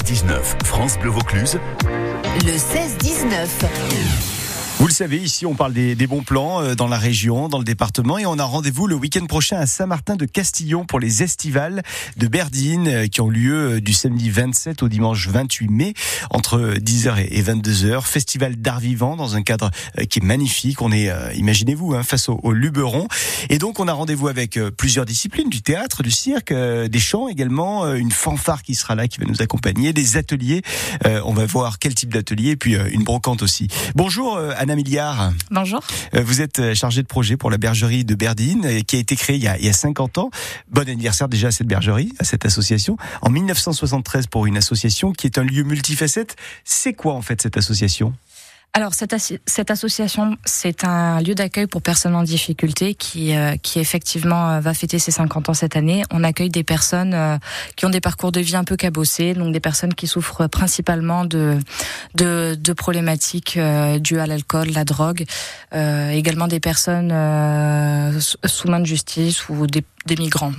16-19, France Bleu Vaucluse. Le 16-19. Vous le savez, ici on parle des bons plans dans la région, dans le département, et on a rendez-vous le week-end prochain à Saint-Martin-de-Castillon pour les estivales de Berdine qui ont lieu du samedi 27 au dimanche 28 mai entre 10h et 22h. Festival d'art vivant dans un cadre qui est magnifique. On est, imaginez-vous, face au Luberon. Et donc on a rendez-vous avec plusieurs disciplines, du théâtre, du cirque, des chants également, une fanfare qui sera là, qui va nous accompagner, des ateliers. On va voir quel type d'atelier, et puis une brocante aussi. Bonjour Anna Milliard. Bonjour. Vous êtes chargée de projet pour la bergerie de Berdine, qui a été créée il y a 50 ans. Bon anniversaire déjà à cette bergerie, à cette association. En 1973 pour une association qui est un lieu multifacette. C'est quoi en fait cette association ? Alors cette association, c'est un lieu d'accueil pour personnes en difficulté qui effectivement va fêter ses 50 ans cette année. On accueille des personnes qui ont des parcours de vie un peu cabossés, donc des personnes qui souffrent principalement de problématiques dues à l'alcool, la drogue, également des personnes sous main de justice ou des migrants.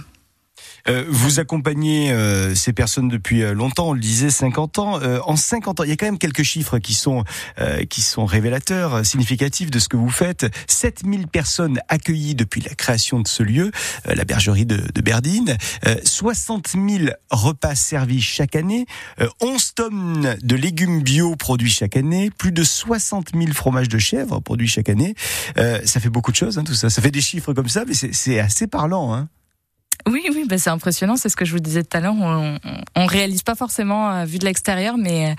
Vous accompagnez ces personnes depuis longtemps, on le disait, 50 ans. En 50 ans, il y a quand même quelques chiffres qui sont révélateurs, significatifs de ce que vous faites. 7000 personnes accueillies depuis la création de ce lieu, la bergerie de Berdine. 60 000 repas servis chaque année. 11 tonnes de légumes bio produits chaque année. Plus de 60 000 fromages de chèvre produits chaque année. Ça fait beaucoup de choses, tout ça. Ça fait des chiffres comme ça, mais c'est assez parlant, Oui, c'est impressionnant, c'est ce que je vous disais tout à l'heure. On réalise pas forcément vu de l'extérieur, mais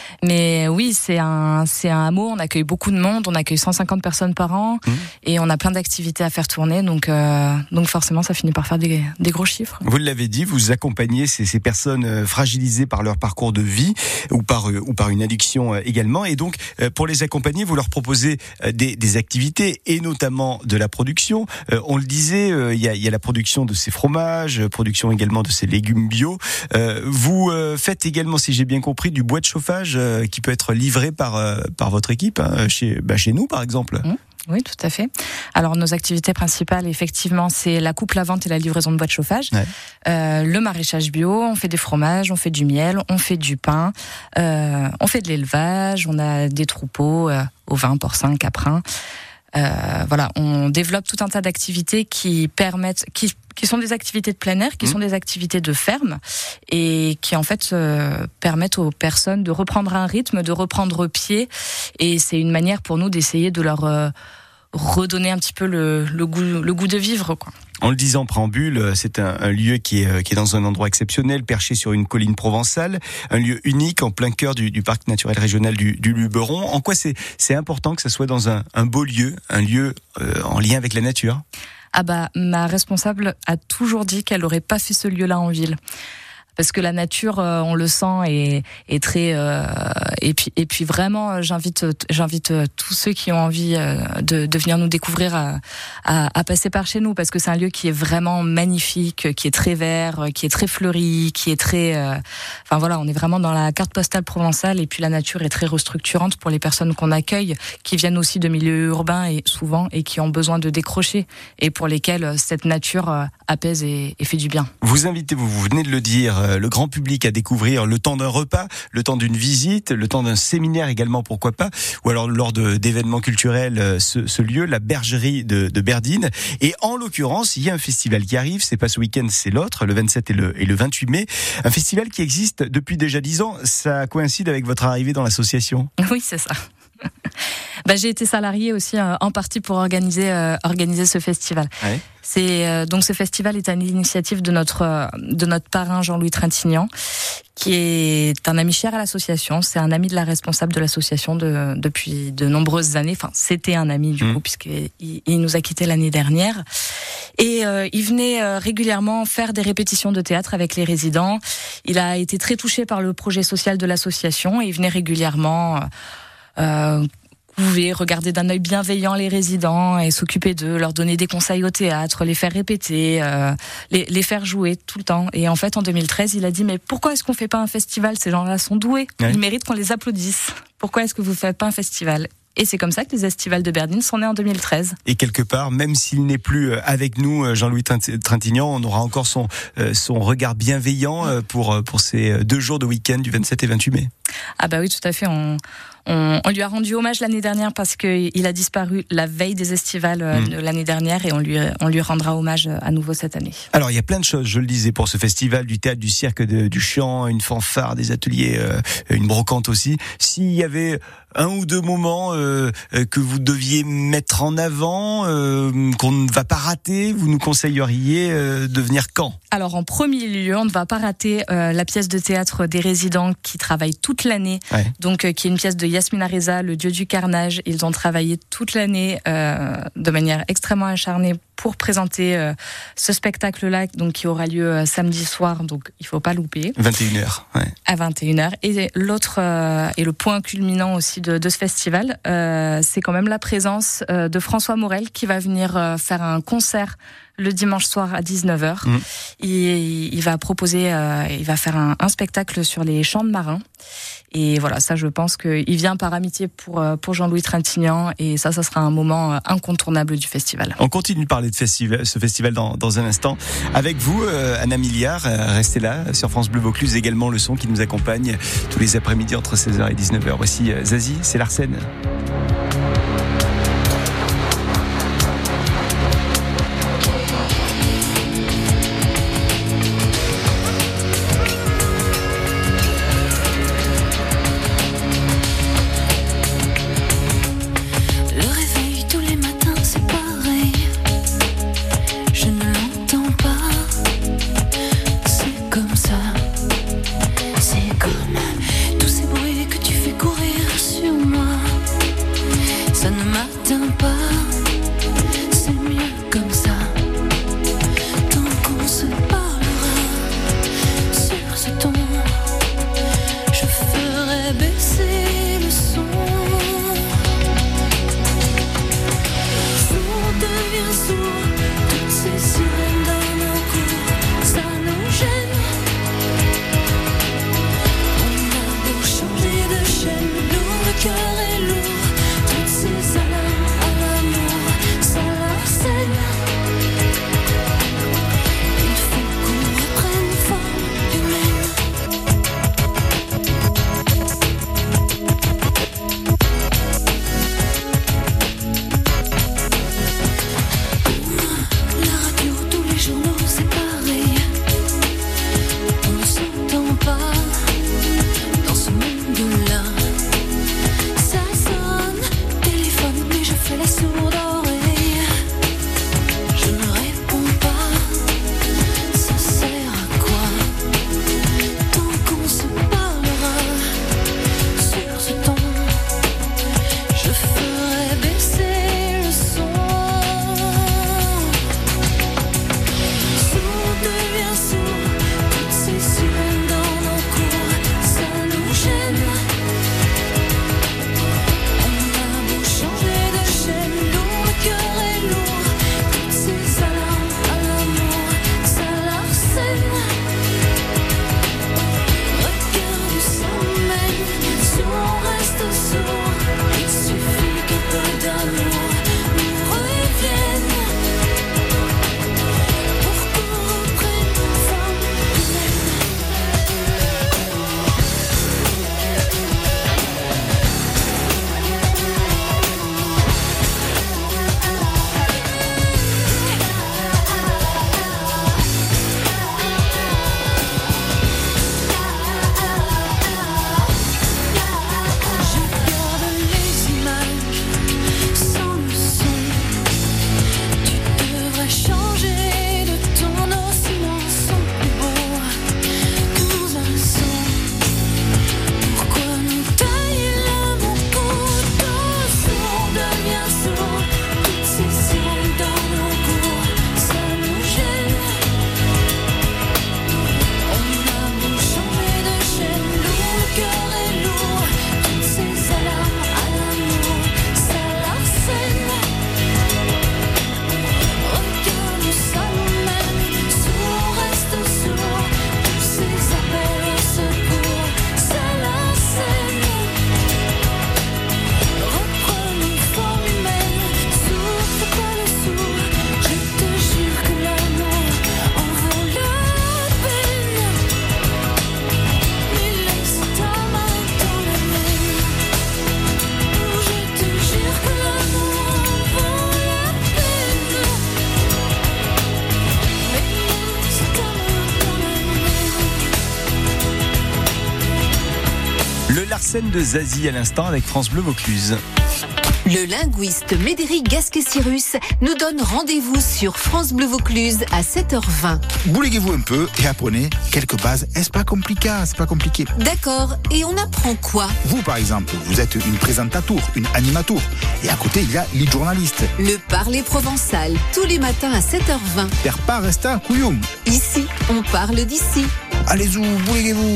oui, c'est un hameau. On accueille beaucoup de monde, on accueille 150 personnes par an, et on a plein d'activités à faire tourner. Donc forcément, ça finit par faire des gros chiffres. Vous l'avez dit, vous accompagnez ces personnes fragilisées par leur parcours de vie ou par une addiction également. Et donc, pour les accompagner, vous leur proposez des activités et notamment de la production. On le disait, il y a la production de ces fromages, production également de ces légumes bio. Vous faites également, si j'ai bien compris, du bois de chauffage qui peut être livré par votre équipe, chez nous par exemple. Oui, tout à fait. Alors, nos activités principales, effectivement, c'est la coupe, la vente et la livraison de bois de chauffage. Ouais. Le maraîchage bio, on fait des fromages, on fait du miel, on fait du pain, on fait de l'élevage, on a des troupeaux, ovins, porcins, caprins. Voilà, on développe tout un tas d'activités qui permettent, qui sont des activités de plein air, qui sont des activités de ferme, et qui en fait permettent aux personnes de reprendre un rythme, de reprendre pied, et c'est une manière pour nous d'essayer de leur redonner un petit peu le goût de vivre, quoi. En le disant en préambule, c'est un lieu qui est dans un endroit exceptionnel, perché sur une colline provençale, un lieu unique en plein cœur du parc naturel régional du Luberon. En quoi c'est important que ça soit dans un beau lieu, un lieu en lien avec la nature ? Ma responsable a toujours dit qu'elle n'aurait pas fait ce lieu-là en ville. Parce que la nature, on le sent, est très et puis vraiment, j'invite tous ceux qui ont envie de venir nous découvrir à passer par chez nous, parce que c'est un lieu qui est vraiment magnifique, qui est très vert, qui est très fleuri, qui est très on est vraiment dans la carte postale provençale, et puis la nature est très restructurante pour les personnes qu'on accueille, qui viennent aussi de milieux urbains et qui ont besoin de décrocher, et pour lesquels cette nature apaise et fait du bien. Vous venez de le dire, le grand public à découvrir le temps d'un repas, le temps d'une visite, le temps d'un séminaire également, pourquoi pas, ou alors lors d'événements culturels, ce lieu, la bergerie de Berdine. Et en l'occurrence, il y a un festival qui arrive, c'est pas ce week-end, c'est l'autre, le 27 et le 28 mai. Un festival qui existe depuis déjà 10 ans, ça coïncide avec votre arrivée dans l'association ? Oui, c'est ça. J'ai été salariée aussi en partie pour organiser ce festival. Ouais. Donc ce festival est une initiative de notre parrain Jean-Louis Trintignant, qui est un ami cher à l'association. C'est un ami de la responsable de l'association depuis de nombreuses années. Enfin, c'était un ami du coup, puisqu'il nous a quittés l'année dernière. Et il venait régulièrement faire des répétitions de théâtre avec les résidents. Il a été très touché par le projet social de l'association, et il venait régulièrement pouvez regarder d'un œil bienveillant les résidents et s'occuper d'eux, leur donner des conseils au théâtre, les faire répéter, les faire jouer tout le temps. Et en fait, en 2013, il a dit « Mais pourquoi est-ce qu'on fait pas un festival ? Ces gens-là sont doués. Ils méritent qu'on les applaudisse. Pourquoi est-ce que vous faites pas un festival ?» Et c'est comme ça que les Estivales de Berdine sont nées en 2013. Et quelque part, même s'il n'est plus avec nous, Jean-Louis Trintignant, on aura encore son regard bienveillant pour ces 2 jours de week-end du 27 et 28 mai. Ah bah oui, tout à fait. On lui a rendu hommage l'année dernière parce qu'il a disparu la veille des Estivales de l'année dernière et on lui rendra hommage à nouveau cette année. Alors il y a plein de choses, je le disais, pour ce festival, du théâtre, du cirque, du chant, une fanfare, des ateliers, une brocante aussi. S'il y avait 1 ou 2 moments que vous deviez mettre en avant, qu'on ne va pas rater, vous nous conseilleriez de venir quand ? Alors en premier lieu, on ne va pas rater la pièce de théâtre des résidents qui travaillent toute l'année, donc qui est une pièce de Yasmina Reza, Le Dieu du carnage. Ils ont travaillé toute l'année de manière extrêmement acharnée pour présenter ce spectacle-là, donc qui aura lieu samedi soir, donc il faut pas louper. 21h. À 21h. Et l'autre et le point culminant aussi de ce festival, c'est quand même la présence de François Morel qui va venir faire un concert le dimanche soir à 19h. Il va proposer, il va faire un spectacle sur les chants de marins. Et voilà, ça je pense qu'il vient par amitié pour Jean-Louis Trintignant et ça sera un moment incontournable du festival. On continue de parler de ce festival dans un instant. Avec vous, Anna Milliard, restez là sur France Bleu Vaucluse, également le son qui nous accompagne tous les après-midi entre 16h et 19h. Voici Zazie, c'est Larsen. Cœur est lourd, toutes ces alarmes Le Larsen de Zazie à l'instant avec France Bleu Vaucluse. Le linguiste Médéric Gasquet-Cyrus nous donne rendez-vous sur France Bleu Vaucluse à 7h20. Bouleguez-vous un peu et apprenez quelques bases. C'est pas compliqué. D'accord, et on apprend quoi? Vous, par exemple, vous êtes une présentatrice, une animatrice. Et à côté, il y a les journalistes. Le parler provençal, tous les matins à 7h20. Per pas rester un couillon. Ici, on parle d'ici. Allez-y, bouleguez-vous.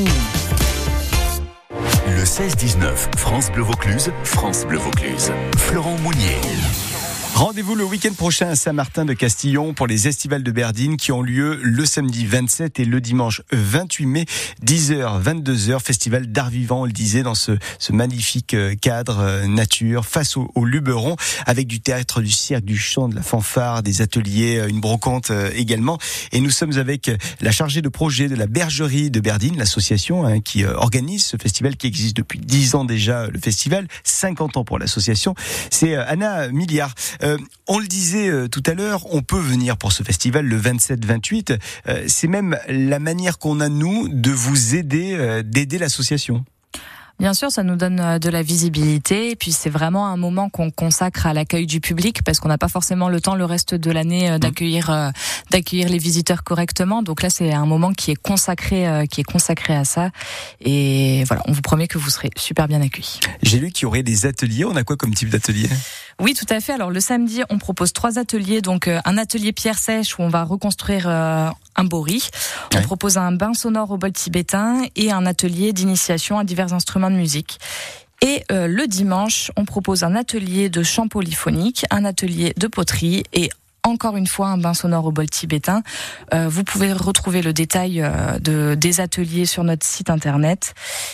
Le 16-19, France Bleu Vaucluse, France Bleu Vaucluse. Florent Mounier. Rendez-vous le week-end prochain à Saint-Martin de Castillon pour les estivales de Berdine qui ont lieu le samedi 27 et le dimanche 28 mai, 10h, 22h, festival d'art vivant, on le disait, dans ce magnifique cadre nature, face au Luberon, avec du théâtre, du cirque, du chant, de la fanfare, des ateliers, une brocante également. Et nous sommes avec la chargée de projet de la Bergerie de Berdine, l'association qui organise ce festival qui existe depuis 10 ans déjà, le festival, 50 ans pour l'association. C'est Anna Milliard. On le disait tout à l'heure, on peut venir pour ce festival le 27-28. C'est même la manière qu'on a, nous, de vous aider, d'aider l'association. Bien sûr, ça nous donne de la visibilité et puis c'est vraiment un moment qu'on consacre à l'accueil du public parce qu'on n'a pas forcément le temps le reste de l'année d'accueillir les visiteurs correctement. Donc là, c'est un moment qui est consacré à ça et voilà, on vous promet que vous serez super bien accueillis. J'ai lu qu'il y aurait des ateliers. On a quoi comme type d'atelier ? Oui, tout à fait. Alors le samedi, on propose 3 ateliers. Donc un atelier pierre sèche où on va reconstruire un bori. On propose un bain sonore au bol tibétain et un atelier d'initiation à divers instruments de musique. Et le dimanche, on propose un atelier de chant polyphonique, un atelier de poterie et encore une fois un bain sonore au bol tibétain. Vous pouvez retrouver le détail des ateliers sur notre site internet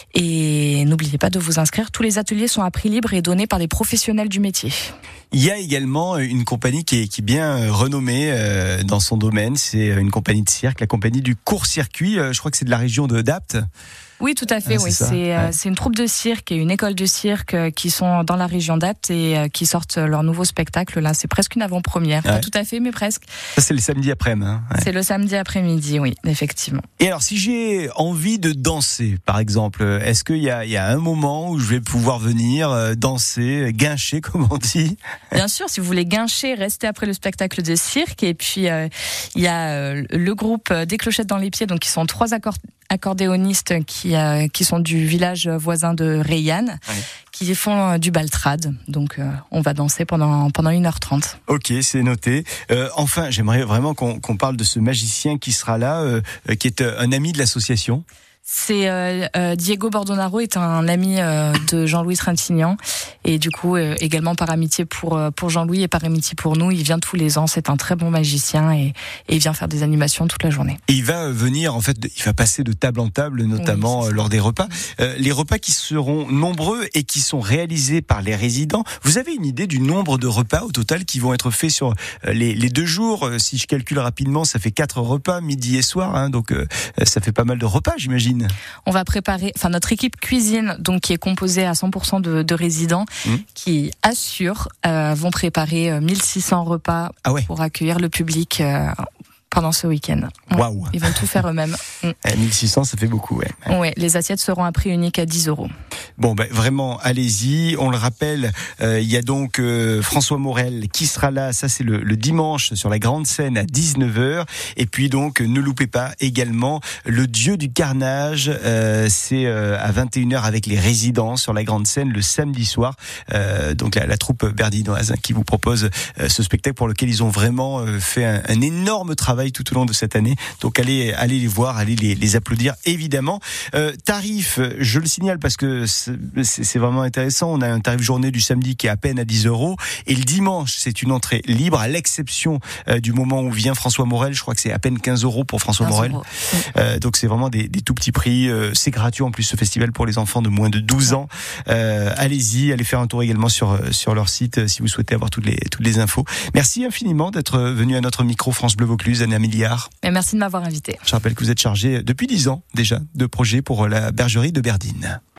et n'oubliez pas de vous inscrire. Tous les ateliers sont à prix libre et donnés par des professionnels du métier. Il y a également une compagnie qui est bien renommée dans son domaine. C'est une compagnie de cirque, la compagnie du court-circuit. Je crois que c'est de la région de Dapte. Oui, tout à fait. Oui, c'est une troupe de cirque et une école de cirque qui sont dans la région d'Apt et qui sortent leur nouveau spectacle. Là, c'est presque une avant-première. Pas tout à fait, mais presque. Ça, c'est le samedi après-midi. C'est le samedi après-midi, oui, effectivement. Et alors, si j'ai envie de danser, par exemple, est-ce qu'il y a un moment où je vais pouvoir venir danser, guincher, comme on dit ? Bien sûr, si vous voulez guincher, restez après le spectacle de cirque. Et puis, il y a le groupe des Clochettes dans les pieds, donc qui sont 3 accordéonistes qui sont du village voisin de Rayanne, qui font du baltrade. Donc, on va danser pendant 1h30. Ok, c'est noté. Enfin, j'aimerais vraiment qu'on parle de ce magicien qui sera là, qui est un ami de l'association. C'est Diego Bordonaro est un ami de Jean-Louis Trintignant et du coup également par amitié pour Jean-Louis et par amitié pour nous, il vient tous les ans. C'est un très bon magicien et il vient faire des animations toute la journée. Et il va venir il va passer de table en table, notamment lors des repas. Les repas qui seront nombreux et qui sont réalisés par les résidents. Vous avez une idée du nombre de repas au total qui vont être faits sur les 2 jours? Si je calcule rapidement, ça fait 4 repas, midi et soir. Donc ça fait pas mal de repas, j'imagine. On va préparer, notre équipe cuisine, donc qui est composée à 100% de résidents, qui assurent, vont préparer 1600 repas pour accueillir le public pendant ce week-end. Waouh. Ils vont tout faire eux-mêmes. 1600, ça fait beaucoup, Ouais, les assiettes seront à prix unique à 10 €. Bon, vraiment, allez-y. On le rappelle, il y a donc François Morel qui sera là. Ça, c'est le dimanche sur la grande scène à 19h. Et puis donc, ne loupez pas également le Dieu du carnage. C'est à 21h avec les résidents sur la grande scène le samedi soir. Donc la troupe berdinoise qui vous propose ce spectacle pour lequel ils ont vraiment fait un énorme travail tout au long de cette année. Donc allez les voir, allez les applaudir évidemment. Tarif, je le signale parce que c'est vraiment intéressant. On a un tarif journée du samedi qui est à peine à 10 € et le dimanche c'est une entrée libre à l'exception du moment où vient François Morel. Je crois que c'est à peine 15 € pour François Morel. Donc c'est vraiment des tout petits prix. C'est gratuit en plus ce festival pour les enfants de moins de 12 ans. Allez-y, allez faire un tour également sur leur site si vous souhaitez avoir toutes les infos. Merci infiniment d'être venu à notre micro France Bleu Vaucluse, Anna Milliard. Merci de m'avoir invité. Je rappelle que vous êtes chargée depuis 10 ans déjà de projets pour la bergerie de Berdine.